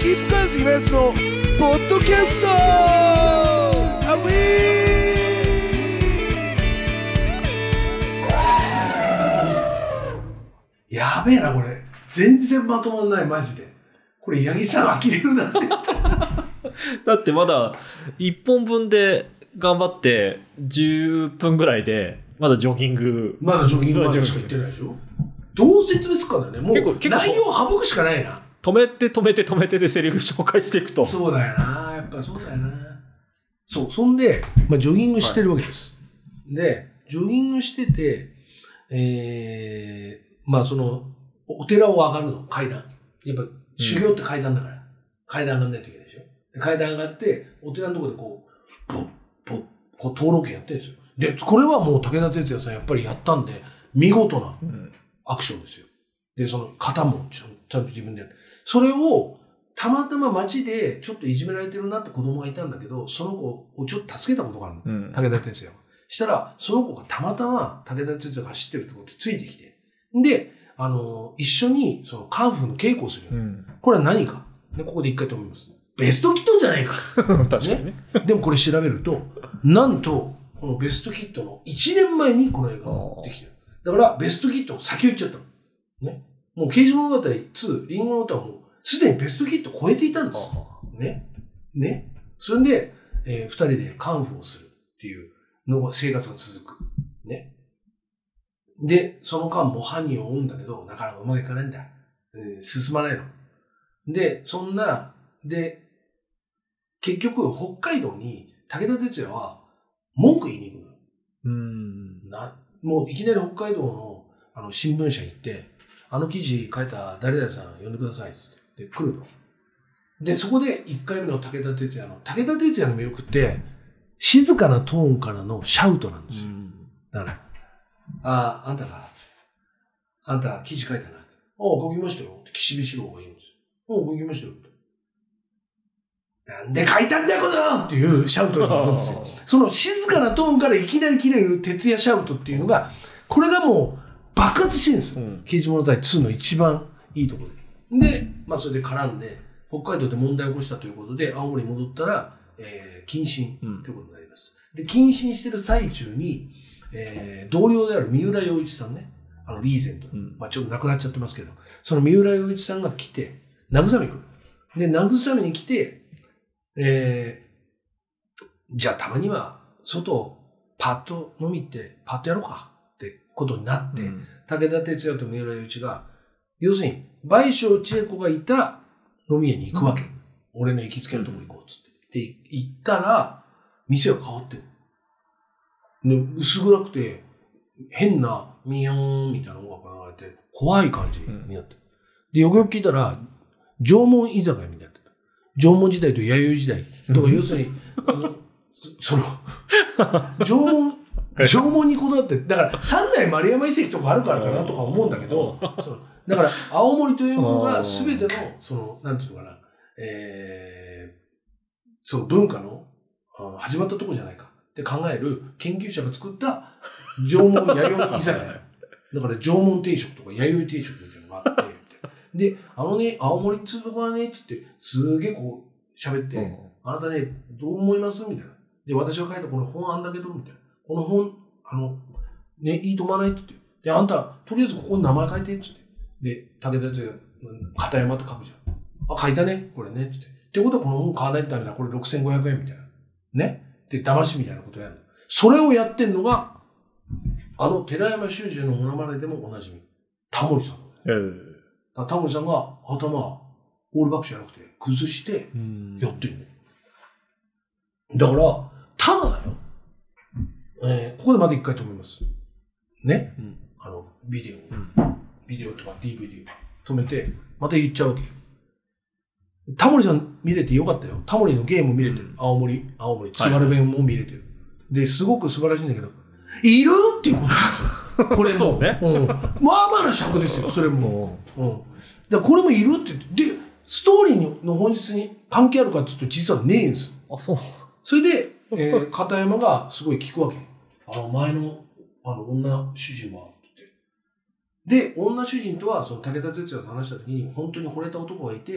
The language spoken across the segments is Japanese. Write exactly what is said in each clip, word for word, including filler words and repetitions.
キープカーズイベントのポッドキャストアウィー。やべえなこれ、全然まとまんないマジで。これ八木さん呆れるなってだってまだいっぽんぶんで頑張ってじゅっぷんぐらいでまだジョギングまだジョギングまでしか言ってないでしょ。どう説明するかだよね。もう内容省くしかないな。 止めて止めて止めてでセリフ紹介していくと。 そうだよな、やっぱそうだよな。そう、そんで、まあ、ジョギングしてるわけです、はい、でジョギングしてて、えー、まあそのお寺を上がるの、階段、やっぱ修行って階段だから、うん、階段上がんないといけないでしょ。階段上がってお寺のところでこうポッポッこう登録やってるんですよ。でこれはもう武田鉄矢さんやっぱりやったんで見事なアクションですよ。でその型もちゃんと自分でやって、それをたまたま街でちょっといじめられてるなって子供がいたんだけど、その子をちょっと助けたことがあるの、うん、武田鉄矢は。したらその子がたまたま武田鉄矢が走ってるところでついてきて、であの一緒にそのカンフーの稽古をするよ、うん、これは何かでここで一回止めます。ベストキットじゃないか確かに ね, ねでもこれ調べるとなんとこのベストキットのいちねんまえにこの映画ができてる。だからベストキットを先を言っちゃったのね。もう刑事物語ツーリンゴの歌はもうすでにベストキットを超えていたんですよね。ね。それで、えー、二人でカンフーをするっていうのが生活が続くね。でその間も犯人を追うんだけどなかなかうまくいかないんだ、えー、進まないので、そんなで結局北海道に武田鉄矢は文句言いに行くのよ。うーんなもういきなり北海道のあの新聞社に行って、あの記事書いた誰々さん呼んでくださいって来るの。でそこでいっかいめの武田鉄矢の武田鉄矢の魅力って静かなトーンからのシャウトなんですよ。だからあああんたがあんた記事書いたな。ああ書きましたよって岸辺四郎が言うんですよ。ああ書きましたよって。なんで書いたんだよこのっていうシャウトになるんですよ。その静かなトーンからいきなり切れる徹夜シャウトっていうのが、これがもう爆発してるんですよ。うん、刑事物語ツーの一番いいところで。で、まあそれで絡んで、北海道で問題を起こしたということで、青森に戻ったら、えー、謹慎ということになります。うん、で、謹慎してる最中に、えー、同僚である三浦洋一さんね、あの、リーゼント、うん、まあちょっと亡くなっちゃってますけど、その三浦洋一さんが来て、慰めに来る。で、慰めに来て、えー、じゃあたまには外パッと飲みってパッとやろうかってことになって、うん、武田鉄矢と三浦雄一が要するに倍賞千恵子がいた飲み屋に行くわけ、うん、俺の行きつけのとこ行こうっつってで行ったら店が変わってる、ね、薄暗くて変なミヨーンみたいな音楽が流れて怖い感じになって、うん、でよくよく聞いたら縄文居酒屋みたいな縄文時代と弥生時代。だから要するに、あのその、縄文、縄文にこだわって、だから三代丸山遺跡とかあるからかなとか思うんだけど、そのだから青森というものが全ての、その、なんていうのかな、えー、その文化の始まったとこじゃないかって考える研究者が作った縄文弥生居酒屋。だから縄文定食とか弥生定食みたいなのがあって、で、あのね、青森っつうとこはね、って言って、すげえこう、喋って、うん、あなたね、どう思いますみたいな。で、私が書いたこの本あんだけど、みたいな。この本、あの、ね、いいと思わないって言って。で、あんた、とりあえずここに名前書いて、って言って。で、武田鉄矢、片山って書くじゃん。あ、書いたね、これね、って言って。ってことはこの本買わないとダメだ。これろくせんごひゃくえんみたいな。ね。で、騙しみたいなことやるの。それをやってんのが、あの、寺山修司のモノマネでもおなじみ。タモリさん。えータモリさんが頭、オールバックじゃなくて、崩してやってるの。だから、ただだよ。えー、ここでまた一回止めます。ね、うん、あの、ビデオ、うん、ビデオとか ディーブイディー 止めて、また言っちゃうわけ。タモリさん見れてよかったよ。タモリのゲーム見れてる。青森、青森、津軽弁も見れてる。で、すごく素晴らしいんだけど、いるっていうことなんですよ。これも。そうね。うん。まあまあな尺ですよ、それも。うん。だからこれもいるって言って、で、ストーリーの本質に関係あるかって言うと実はねえんです。 あ、そう。 それで、えー、片山がすごい聞くわけ。あの、前の、あの、女主人は、って。で、女主人とは、その武田鉄矢と話した時に、本当に惚れた男がいて、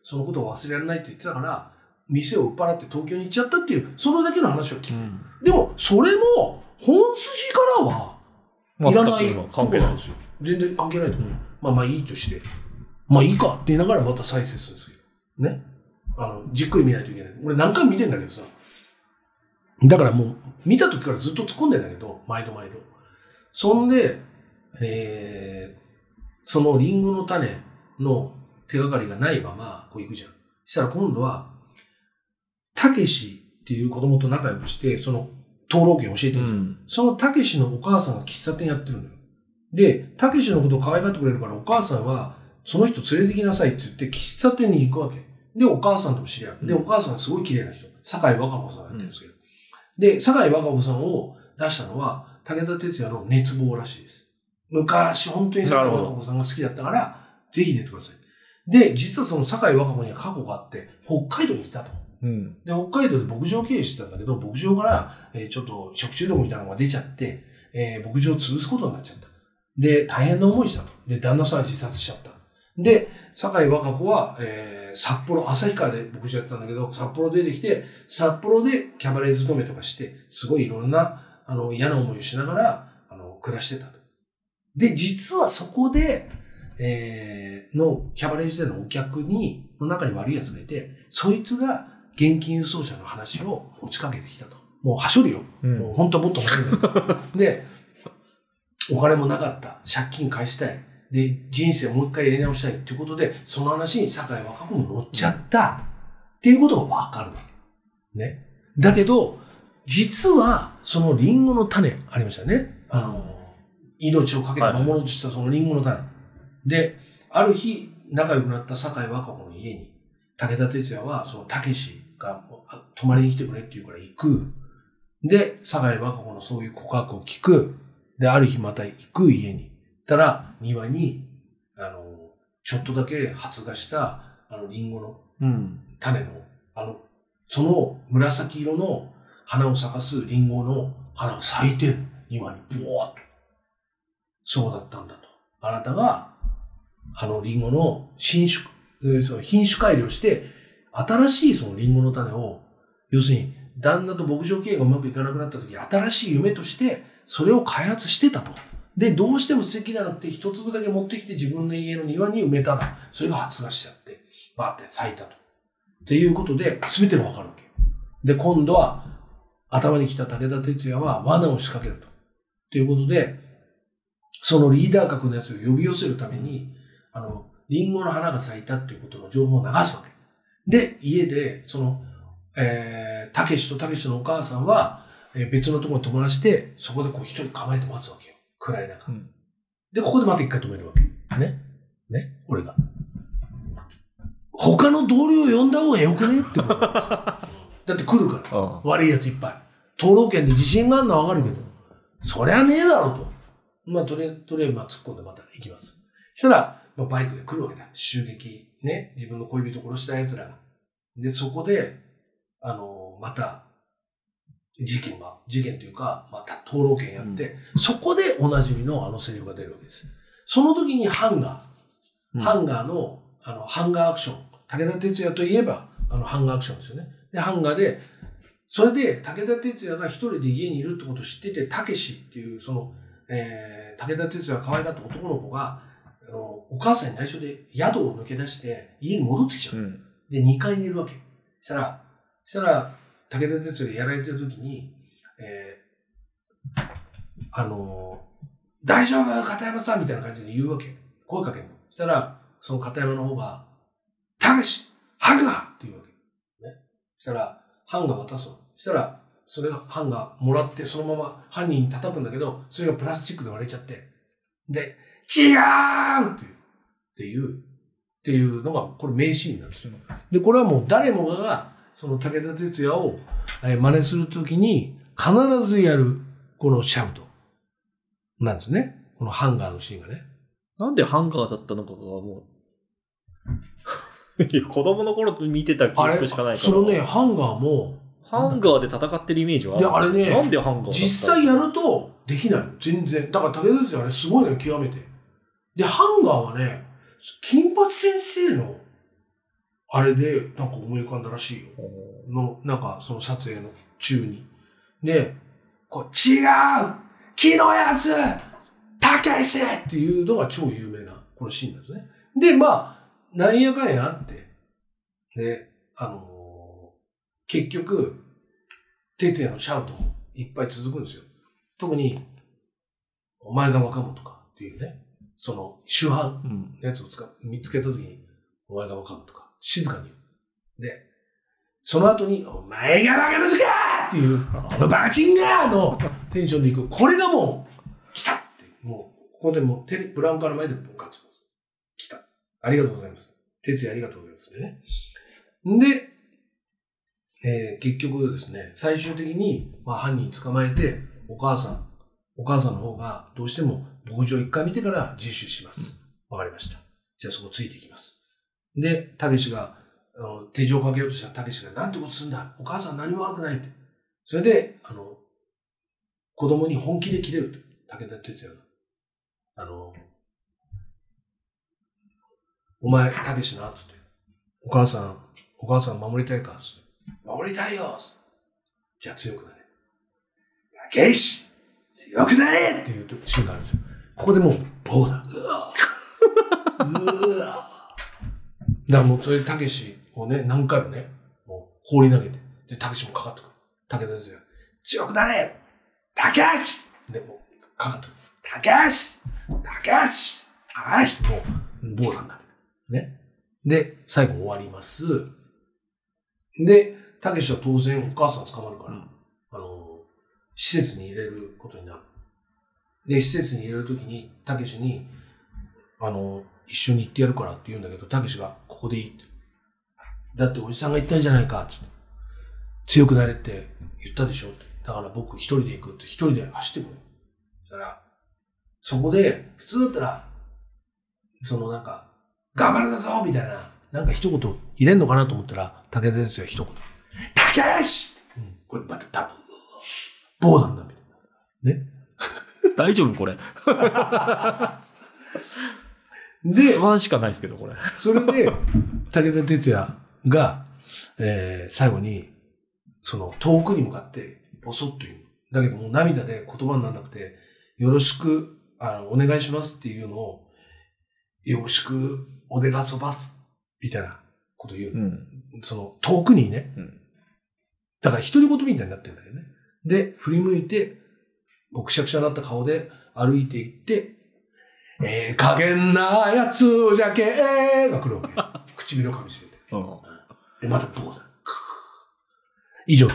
そのことを忘れられないって言ってたから、店を売っ払って東京に行っちゃったっていう、それだけの話を聞く。うん、でも、それも、本筋からはいらないところなんですよ。全然関係ないと思う。うん、まあまあいいとして。まあいいかって言いながらまた再生するんですけど。ね。あの、じっくり見ないといけない。俺何回も見てんだけどさ。だからもう、見た時からずっと突っ込んでんだけど、毎度毎度。そんで、えー、そのリンゴの種の手がかりがないまま、こう行くじゃん。そしたら今度は、たけしっていう子供と仲良くして、その、灯籠券教えてるじゃん。うん、そのたけしのお母さんが喫茶店やってるんだよ。で、たけしのことを可愛がってくれるから、お母さんは、その人連れてきなさいって言って、喫茶店に行くわけ。で、お母さんとも知り合う。で、お母さんすごい綺麗な人。酒井若子さんがやってるんですけど。うん、で、酒井若子さんを出したのは、武田鉄矢の熱望らしいです。昔、本当に酒井若子さんが好きだったから、ぜひ出てください。で、実はその酒井若子には過去があって、北海道にいたと。うん、で、北海道で牧場経営してたんだけど、牧場から、えー、ちょっと食中毒みたいなのが出ちゃって、えー、牧場を潰すことになっちゃった。で、大変な思いしたと。で、旦那さんは自殺しちゃった。で、酒井若子は、えー、札幌、旭川で牧場やってたんだけど、札幌出てきて、札幌でキャバレー勤めとかして、すごいいろんな、あの、嫌な思いをしながら、あの、暮らしてたと。で、実はそこで、えー、の、キャバレー時代のお客に、の中に悪い奴がいて、そいつが現金輸送車の話を持ちかけてきたと。もう、はしょるよ。うん、もう、本当はもっと欲しいんだよ。で、お金もなかった。借金返したい。で、人生をもう一回入れ直したいっていうことで、その話に酒井若子も乗っちゃったっていうことがわかるわけ。ね。だけど、実は、そのリンゴの種、ありましたね。あの、命をかけて守ろうとしたそのリンゴの種。はい、で、ある日、仲良くなった酒井若子の家に、武田鉄矢は、その武志が泊まりに来てくれって言うから行く。で、酒井若子のそういう告白を聞く。で、ある日また行く家に。たら、庭に、あの、ちょっとだけ発芽した、あの、リンゴの種の、うん、あの、その紫色の花を咲かすリンゴの花が咲いてる。庭に、ブワーッと。そうだったんだと。あなたが、あの、リンゴの新種、その品種改良して、新しいそのリンゴの種を、要するに、旦那と牧場経営がうまくいかなくなった時、新しい夢として、それを開発してたと。で、どうしても素敵なのって一粒だけ持ってきて自分の家の庭に埋めたら、それが発芽しちゃって、バーって咲いたと。っていうことで、全てがわかるわけよ。で、今度は、頭に来た武田鉄矢は罠を仕掛けると。ということで、そのリーダー格のやつを呼び寄せるために、あの、リンゴの花が咲いたっていうことの情報を流すわけ。で、家で、その、えー、たけしとたけしのお母さんは、えー、別のところに泊まらして、そこでこう一人構えて待つわけよ。暗い中。うん、で、ここでまた一回止めるわけ。ね。ね。俺が。他の同僚呼んだ方がよくねって思うんですよ。だって来るから。悪い奴いっぱい。灯籠券で自信があるのはわかるけど、そりゃねえだろうと。まあ、とりあえず、とりあえず、まあ、突っ込んでまた行きます。そしたら、まあ、バイクで来るわけだ。襲撃。ね。自分の恋人殺した奴らが。で、そこで、あの、また、事件が、事件というか、また討論権やって、うん、そこでおなじみのあのセリフが出るわけです。その時にハンガー、うん、ハンガーの、あの、ハンガーアクション。武田鉄矢といえば、あの、ハンガーアクションですよね。で、ハンガーで、それで武田鉄矢が一人で家にいるってことを知ってて、たけしっていう、その、えー、武田鉄矢が可愛がった男の子が、あの、お母さんに内緒で宿を抜け出して、家に戻ってきちゃう。うん、で、にかいにいるわけ。そしたら、そしたら、武田鉄矢がやられてる時に、えー、あのー、大丈夫片山さんみたいな感じで言うわけ。声かけるの。そしたら、その片山の方が、たけしハンガーって言うわけ。ね。そしたら、ハンガー渡すの。そしたら、それがハンガーもらってそのまま犯人に叩くんだけど、それがプラスチックで割れちゃって。で、違うっていう。っていう、っていうのが、これ名シーンなんですよ。で、これはもう誰もが、その武田鉄矢を真似するときに必ずやるこのシャウトなんですね。このハンガーのシーンがね。 なんでハンガーだったのかがもう子供の頃見てた記憶しかないから。 そのね、ハンガーもハンガーで戦ってるイメージはある。 で、あれね、 なんでハンガーだった実際やるとできないの。全然。だから武田鉄矢あれすごいのよ、極めて。で、ハンガーはね、金八先生のあれでなんか思い浮かんだらしいよ。の、なんかその撮影の中に。で、こう、違う木のやつたけしっていうのが超有名なこのシーンなんですね。で、まあ、なんやかんやあって、で、あのー、結局、哲也のシャウトもいっぱい続くんですよ。特に、お前が若者かっていうね、その主犯のやつをつか、うん、見つけたときに、お前が若者か、静かに言う。で、その後に、お前が若者かっていう、このバカチンガーのテンションでいく。これがもう、来たって。もう、ここでもうテレ、ブラウン管の前で僕がつます。来た。ありがとうございます。哲也ありがとうございますね。で、えー、結局ですね、最終的に、まあ、犯人捕まえて、お母さん、お母さんの方がどうしても牧場一回見てから自首します。わかりました。じゃあそこついていきます。で、たけしが、あの手錠をかけようとしたたけしが、なんてことするんだ、お母さん何も悪くないって。それで、あの、子供に本気で切れるって。武田鉄矢が。あの、お前、たけしな、つって。お母さん、お母さん守りたいか、つって。守りたいよ。じゃあ強くなれ。たけし強くなれっていうシーンがあるんですよ。ここでもう、ボーだ。うわうわだからもう、それでたけしをね、何回もね、もう放り投げて、で、たけしもかかってくる。武田鉄矢。強くなれたけしで、もう、かかってくる。たけしたけしたけしもう、ボーなんだ。ね。で、最後終わります。で、たけしは当然お母さん捕まるから、うん、あの、施設に入れることになる。で、施設に入れるときに、たけしに、あの、一緒に行ってやるからって言うんだけど、たけしが、ここでいいって。だっておじさんが言ったんじゃないかって。強くなれって言ったでしょって。だから僕一人で行くって一人で走ってくる。だから、そこで、普通だったら、そのなんか、頑張るんだぞみたいな、なんか一言入れんのかなと思ったら、武田ですよ、一言。たけし、うん、これまた多分、ボーダンだみたいな。ね。 大丈夫これ。 で、 不安しかないですけど、これ。 それで、武田鉄矢が、えー、最後に、その遠くに向かって、ボソッと言う。だけどもう涙で言葉にならなくて、よろしく、あの、お願いしますっていうのを、よろしくお願いします。みたいなこと言う。うん、その、遠くにね。うん、だから独り言みたいになってるんだよね。で、振り向いて、こうくしゃくしゃになった顔で歩いていって、ええー、加減なやつじゃけーが来るわけ。唇を噛み締めて。うん、で、またボーだ。以上です。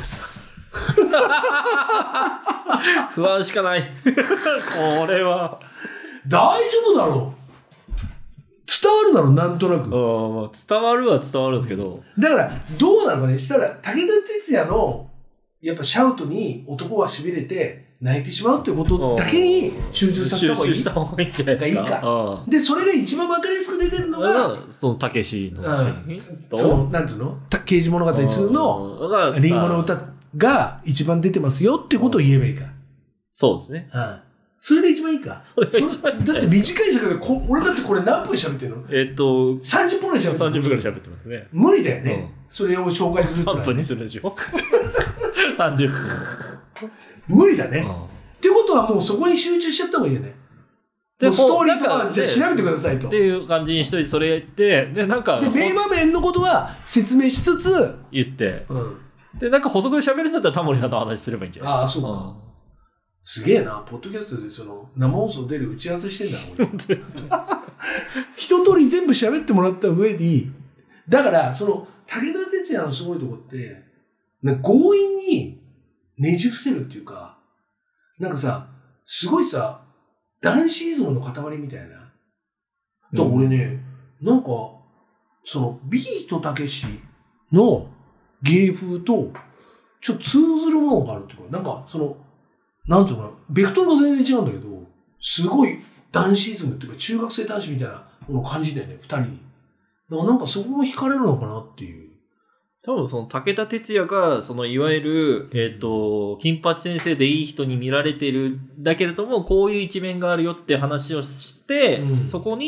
不安しかない。これは。 大丈夫だろう。伝わるだろう、なんとなく。 あ、伝わるは伝わるんですけど。 だから、どうなのかね、したら、武田鉄矢の、やっぱシャウトに男は痺れて、泣いてしまうっていうことだけに集中させた方がいい。 集中した方がいいんじゃないですか。 がいいか。で、それが一番わかりやすく出てるのが、 その、たけしのシーン。 その、なんていうの刑事物語ツーの、リンゴの歌が一番出てますよっていうことを言えばいいから。 そうですね。 うん。それが一番いいか。 それが一番いい。 だって短い時間で、こ俺だってこれ何分喋ってんの？ えっと、 さんじゅっぷんぐらい喋ってる。 さんじゅっぷんぐらい喋ってますね。 無理だよね。うん、それを紹介するって、ね。 さんぷんにするでしょ。さんじゅっぷん。 無理だね。うん、ってことはもうそこに集中しちゃった方がいいよね。でもストーリーとかじゃあ調べてくださいと。 っていう感じにしといて、それ言って、で、なんか。 で、名場面のことは説明しつつ、 言って。うん。で、なんか補足で喋るんだったらタモリさんの話すればいいんじゃないですか。 ああ、そうか。うん、すげえな、ポッドキャストでその生放送出る打ち合わせしてんだな、俺。一通り全部喋ってもらった上に、だから、その、武田鉄矢のすごいとこって、ね、強引にねじ伏せるっていうか、なんかさ、すごいさ、男子依存の塊みたいな。だから俺ね、うん、なんか、その、ビートたけしの芸風と、ちょっと通ずるものがあるっていうか、なんか、その、なんていうのかな、ベクトルが全然違うんだけど、すごい男子イズムっていうか、中学生男子みたいなものを感じたよね、二人に。だからなんかそこも惹かれるのかなっていう。 多分その武田鉄矢が、そのいわゆる、えっと、金八先生でいい人に見られてるんだけれども、こういう一面があるよって話をして、うん、そこに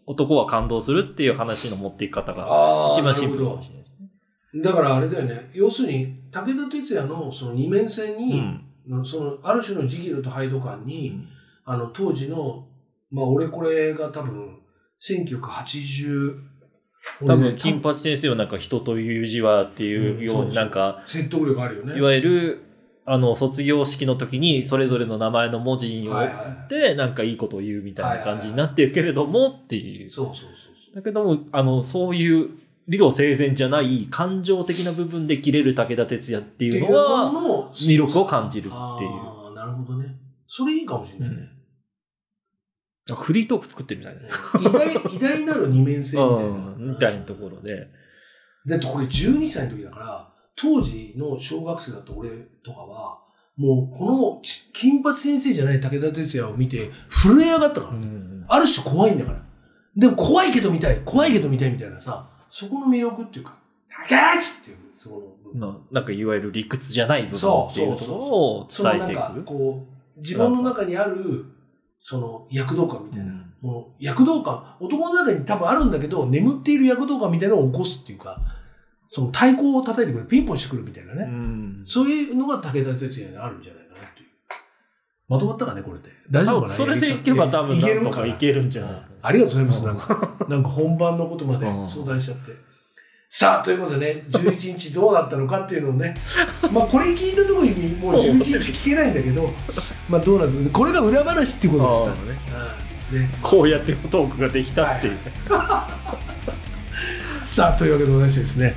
男は感動するっていう話の持っていき方が一番シンプルかもしれないですね。 だからあれだよね。要するに、武田鉄矢のその二面線に、うん、そのある種のジギルとハイド感に、うん、あの当時の、まあ俺これが多分せんきゅうひゃくはちじゅう、 多分金八先生はなんか人という字はっていうようになんか、 うん、そうそう説得力あるよね。 いわゆるあの卒業式の時にそれぞれの名前の文字によってなんかいいことを言うみたいな感じになってるけれどもっていう。 そうそうそうそう。 だけどもあのそういう理路整然じゃない感情的な部分で切れる武田鉄矢っていうのは魅力を感じるっていう。 ああ、なるほどね。それいいかもしれないね。 うん、フリートーク作ってるみたいな。 偉大、偉大なる二面性みたいな。 うん、みたいなところで。 だってこれじゅうにさいの時だから、当時の小学生だった俺とかは、もうこの金八先生じゃない武田鉄矢を見て震え上がったから、ね、うん、ある種怖いんだから。でも怖いけど見たい、怖いけど見たいみたいなさ、そこの魅力っていうか、武田っていう、そこの部分。 な, なんかいわゆる理屈じゃない部分っていうところを伝えていく。そうそうそう。そのなんかこう、自分の中にある、その躍動感みたいな。うん、もう躍動感、男の中に多分あるんだけど、眠っている躍動感みたいなのを起こすっていうか、その太鼓を叩いてくる、ピンポンしてくるみたいなね。うん、そういうのが武田鉄矢にあるんじゃないかなっていう。まとまったかね、これで。大丈夫かな。 それでいけば多分なんとかいけるんじゃないですか。 ありがとうございます。なんか、なんか本番のことまで相談しちゃって。さあ、ということでね、じゅういちにちどうだったのかっていうのをね、まあこれ聞いたところにもうじゅういちにち聞けないんだけど、まあどうなんだろう。これが裏話っていうことでさ、ね、こうやってトークができたっていう。はい、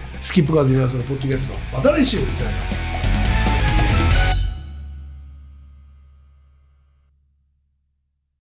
さあ、というわけでございましてですね、スキップカード皆さんのポッドキャスト、また来週ですね。